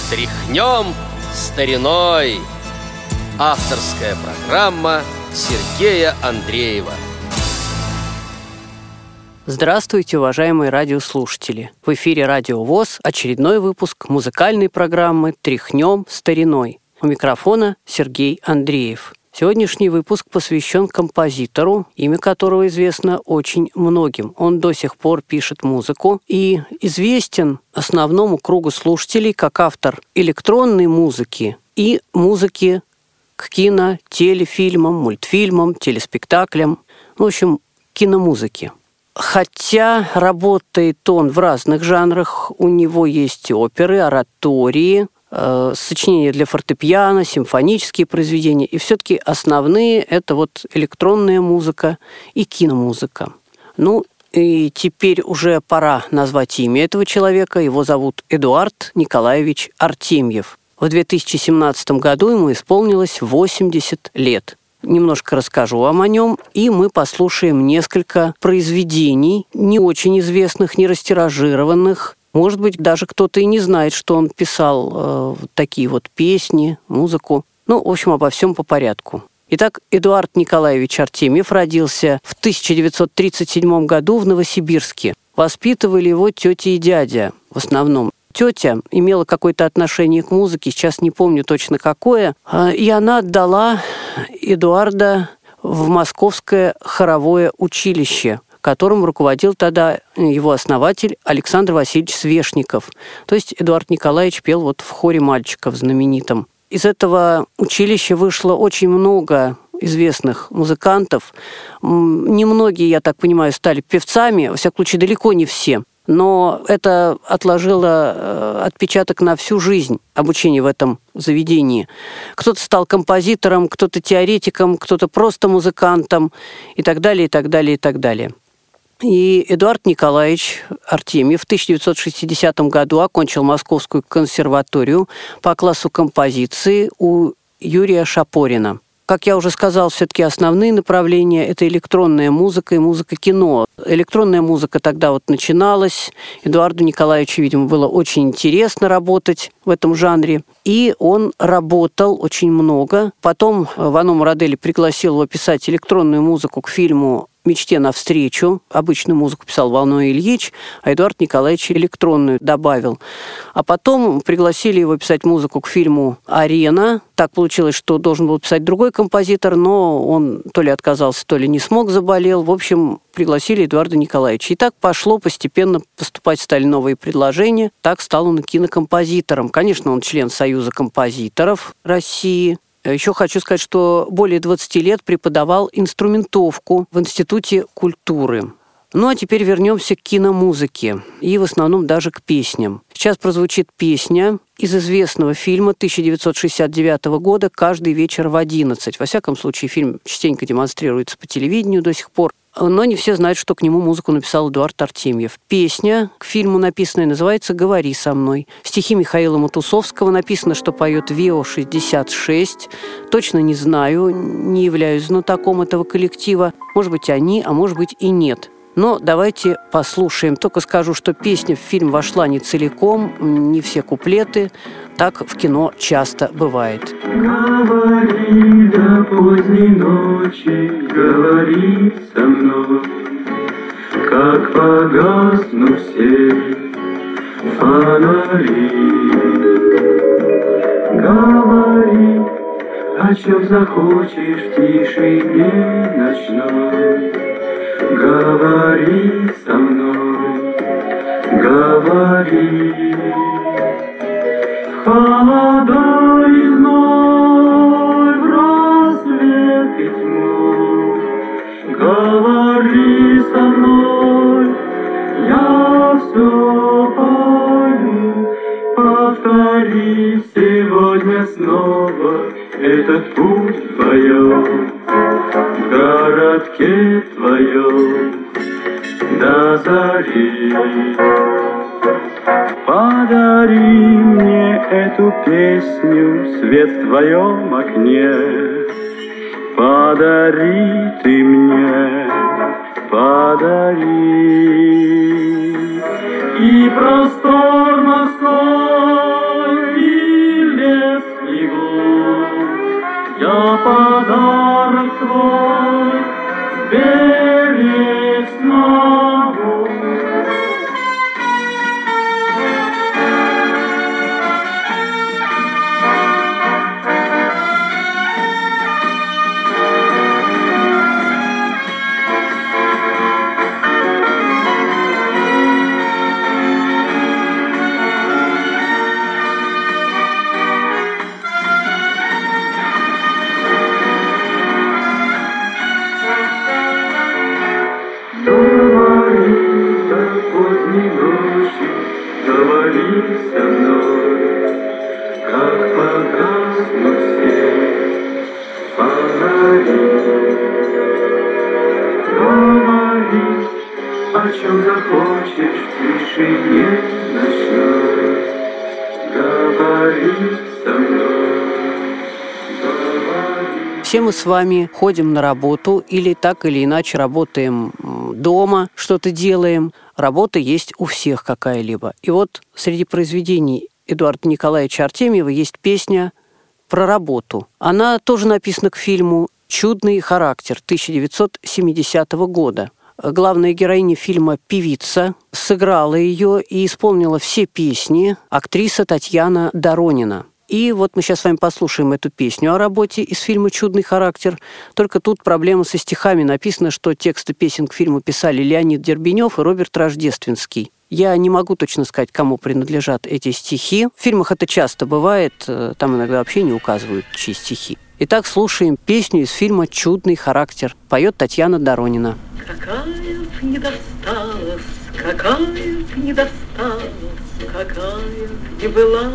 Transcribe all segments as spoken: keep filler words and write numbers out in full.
Тряхнем стариной. Авторская программа Сергея Андреева. Здравствуйте, уважаемые радиослушатели! В эфире Радио ВОС очередной выпуск музыкальной программы «Тряхнем стариной». У микрофона Сергей Андреев. Сегодняшний выпуск посвящен композитору, имя которого известно очень многим. Он до сих пор пишет музыку и известен основному кругу слушателей как автор электронной музыки и музыки к кино, телефильмам, мультфильмам, телеспектаклям, в общем, киномузыке. Хотя работает он в разных жанрах, у него есть оперы, оратории, э, сочинения для фортепиано, симфонические произведения, и все-таки основные – это вот электронная музыка и киномузыка. Ну, и теперь уже пора назвать имя этого человека. Его зовут Эдуард Николаевич Артемьев. В две тысячи семнадцатом году ему исполнилось восемьдесят лет. Немножко расскажу вам о нем, и мы послушаем несколько произведений, не очень известных, не растиражированных. Может быть, даже кто-то и не знает, что он писал э, такие вот песни, музыку. Ну, в общем, обо всем по порядку. Итак, Эдуард Николаевич Артемьев родился в тысяча девятьсот тридцать седьмом году в Новосибирске. Воспитывали его тетя и дядя в основном. Тетя имела какое-то отношение к музыке, сейчас не помню точно какое, и она отдала Эдуарда в Московское хоровое училище, которым руководил тогда его основатель Александр Васильевич Свешников. То есть Эдуард Николаевич пел вот в хоре мальчиков знаменитом. Из этого училища вышло очень много известных музыкантов. Немногие, я так понимаю, стали певцами, во всяком случае, далеко не все. Но это отложило отпечаток на всю жизнь обучения в этом заведении. Кто-то стал композитором, кто-то теоретиком, кто-то просто музыкантом и так далее, и так далее, и так далее. И Эдуард Николаевич Артемьев в тысяча девятьсот шестидесятом году окончил Московскую консерваторию по классу композиции у Юрия Шапорина. Как я уже сказал, все-таки основные направления – это электронная музыка и музыка кино. Электронная музыка тогда вот начиналась. Эдуарду Николаевичу, видимо, было очень интересно работать в этом жанре. И он работал очень много. Потом Вано Мурадель пригласил его писать электронную музыку к фильму «Мечте навстречу». Обычную музыку писал Вано Ильич, а Эдуард Николаевич электронную добавил. А потом пригласили его писать музыку к фильму «Арена». Так получилось, что должен был писать другой композитор, но он то ли отказался, то ли не смог, заболел. В общем, пригласили Эдуарда Николаевича. И так пошло, постепенно поступать стали новые предложения. Так стал он и кинокомпозитором. Конечно, он член Союза композиторов России. Еще хочу сказать, что более двадцати лет преподавал инструментовку в Институте культуры. Ну а теперь вернемся к киномузыке и в основном даже к песням. Сейчас прозвучит песня из известного фильма тысяча девятьсот шестьдесят девятого года «Каждый вечер в одиннадцать». Во всяком случае, фильм частенько демонстрируется по телевидению до сих пор. Но не все знают, что к нему музыку написал Эдуард Артемьев. Песня к фильму написанная называется «Говори со мной». Стихи Михаила Матусовского. Написано, что поет ВИО шестьдесят шесть. Точно не знаю, не являюсь знатоком этого коллектива. Может быть, они, а может быть и нет. Но давайте послушаем. Только скажу, что песня в фильм вошла не целиком, не все куплеты. Так в кино часто бывает. Говори до поздней ночи, говори со мной, как погаснут все фонари. Говори, о чем захочешь в тишине ночной. Говори со мной, говори. Холода и зной, в рассвет и тьму, говори со мной, я все пойму. Повтори сегодня снова этот путь вдвоем, в городке твоем до зари. Подари мне эту песню, свет в твоем окне. Подари ты мне, подари. И простор морской, поздней ночью говори со мной, как погаснут все фонари. Говори, о чем захочешь в тишине ночной. Говори со мной, говори. Все мы с вами ходим на работу или так или иначе работаем дома, что-то делаем. Работа есть у всех какая-либо. И вот среди произведений Эдуарда Николаевича Артемьева есть песня про работу. Она тоже написана к фильму «Чудный характер» тысяча девятьсот семидесятого года. Главная героиня фильма «Певица», сыграла ее и исполнила все песни актриса Татьяна Доронина. И вот мы сейчас с вами послушаем эту песню о работе из фильма «Чудный характер». Только тут проблема со стихами. Написано, что тексты песен к фильму писали Леонид Дербенев и Роберт Рождественский. Я не могу точно сказать, кому принадлежат эти стихи. В фильмах это часто бывает, там иногда вообще не указывают, чьи стихи. Итак, слушаем песню из фильма «Чудный характер». Поет Татьяна Доронина. Какая б не досталась, какая б не досталась, какая б не была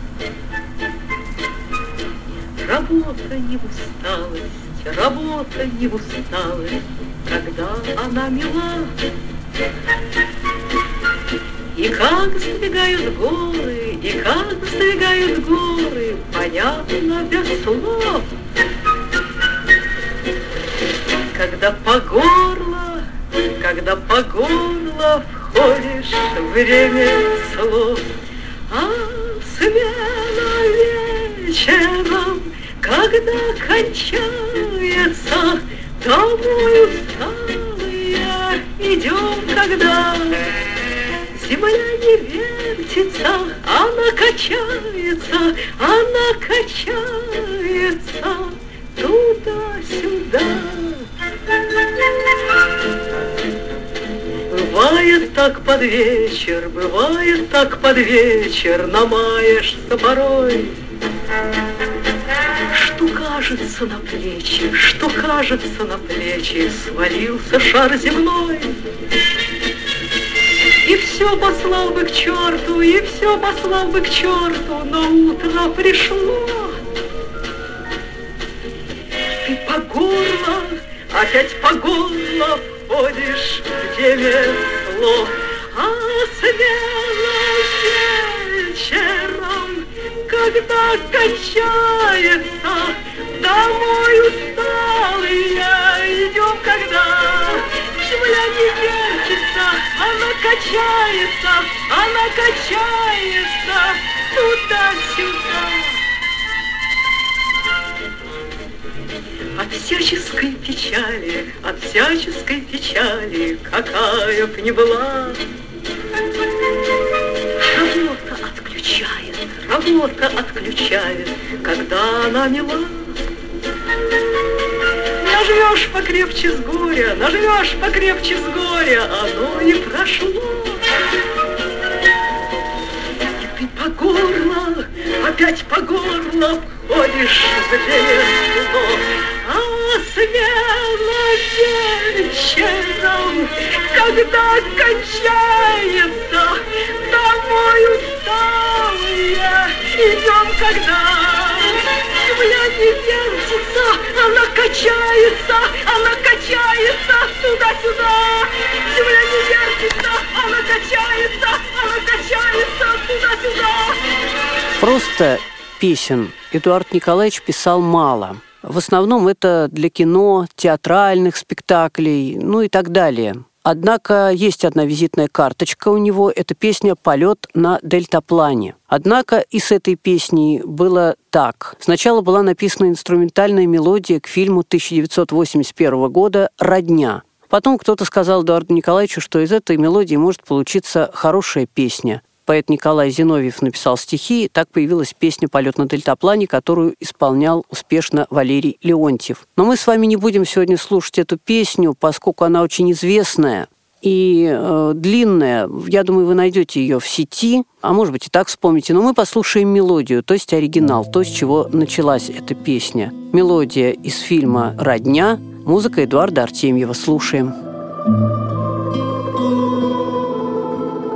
работа не в усталость, работа не в усталость, когда она мила. И как сдвигают горы, и как сдвигают горы, понятно без слов. Когда по горло, когда по горло входишь в время слов, а смена вечером, когда кончается, домой усталые идем, когда земля не вертится, она качается, она качается туда-сюда. Бывает так под вечер, бывает так под вечер, намаешься порой, что кажется на плечи, что кажется на плечи, свалился шар земной. И все послал бы к черту, и все послал бы к черту, но утро пришло. Ты по горло, опять по горло входишь в ремесло, а смело вечером, когда кончается, домой усталые идем, когда земля не вертится, она качается, она качается туда-сюда. От всяческой печали, от всяческой печали, какая б ни была, работа отключает, работа отключает, когда она мила. Нажмешь покрепче с горя, нажмешь покрепче с горя, оно и прошло. И ты по горло, опять по горло входишь в ремесло, а смело вечером, когда кончается, домой усталые идем, когда земля не вертится, она качается, она качается туда-сюда. Земля не вертится, она качается, она качается туда-сюда. Просто песен Эдуард Николаевич писал мало. В основном это для кино, театральных спектаклей, ну и так далее. Однако есть одна визитная карточка у него, это песня «Полет на дельтаплане». Однако и с этой песней было так. Сначала была написана инструментальная мелодия к фильму тысяча девятьсот восемьдесят первого года «Родня». Потом кто-то сказал Эдуарду Николаевичу, что из этой мелодии может получиться хорошая песня. Поэт Николай Зиновьев написал стихи, и так появилась песня «Полет на дельтаплане», которую исполнял успешно Валерий Леонтьев. Но мы с вами не будем сегодня слушать эту песню, поскольку она очень известная и э, длинная. Я думаю, вы найдете ее в сети, а может быть и так вспомните. Но мы послушаем мелодию, то есть оригинал, то, с чего началась эта песня. Мелодия из фильма «Родня», музыка Эдуарда Артемьева. Слушаем.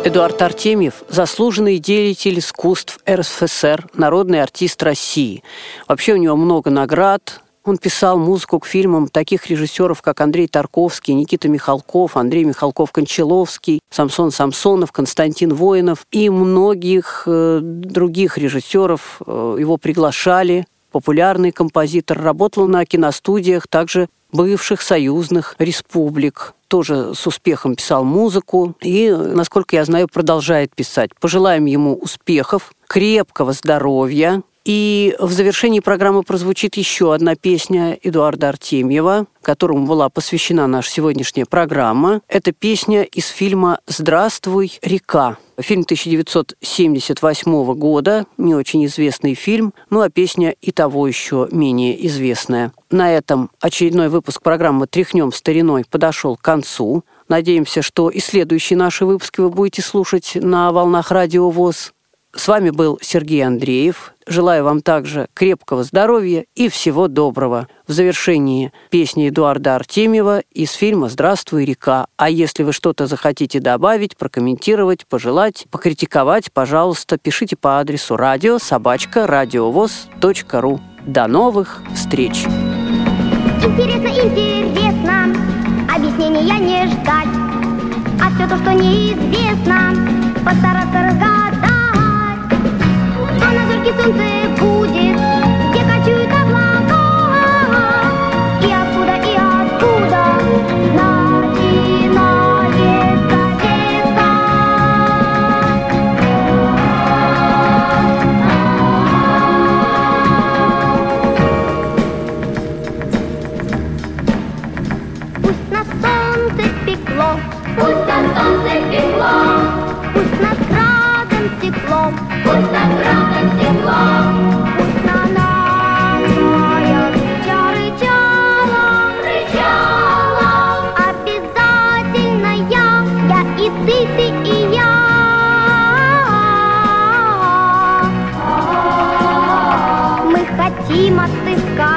Эдуард Артемьев – заслуженный деятель искусств эр эс эф эс эр, народный артист России. Вообще у него много наград. Он писал музыку к фильмам таких режиссеров, как Андрей Тарковский, Никита Михалков, Андрей Михалков-Кончаловский, Самсон Самсонов, Константин Воинов и многих э, других режиссеров. Э, его приглашали. Популярный композитор. Работал на киностудиях также бывших союзных республик. Тоже с успехом писал музыку и, насколько я знаю, продолжает писать. Пожелаем ему успехов, крепкого здоровья. И в завершении программы прозвучит еще одна песня Эдуарда Артемьева, которому была посвящена наша сегодняшняя программа. Это песня из фильма «Здравствуй, река». Фильм тысяча девятьсот семьдесят восьмого года, не очень известный фильм, ну а песня и того еще менее известная. На этом очередной выпуск программы «Тряхнем стариной» подошел к концу. Надеемся, что и следующие наши выпуски вы будете слушать на волнах Радио ВОС. С вами был Сергей Андреев. Желаю вам также крепкого здоровья и всего доброго. В завершении песни Эдуарда Артемьева из фильма «Здравствуй, река». А если вы что-то захотите добавить, прокомментировать, пожелать, покритиковать, пожалуйста, пишите по адресу радио собака радиовоз точка ру. До новых встреч! Интересно, интересно, объяснения не ждать, а все то, что неизвестно, постараться разгадать. А на зорке солнце будет, где кочуют облака, и откуда, и откуда начинается весна. Пусть на солнце пекло, пусть на солнце пекло, пусть над градом стекло, пусть над градом стекло, пусть на нас моя рыча рычала, рычала. Обязательно я, я и ты, ты и я. Мы хотим отыскать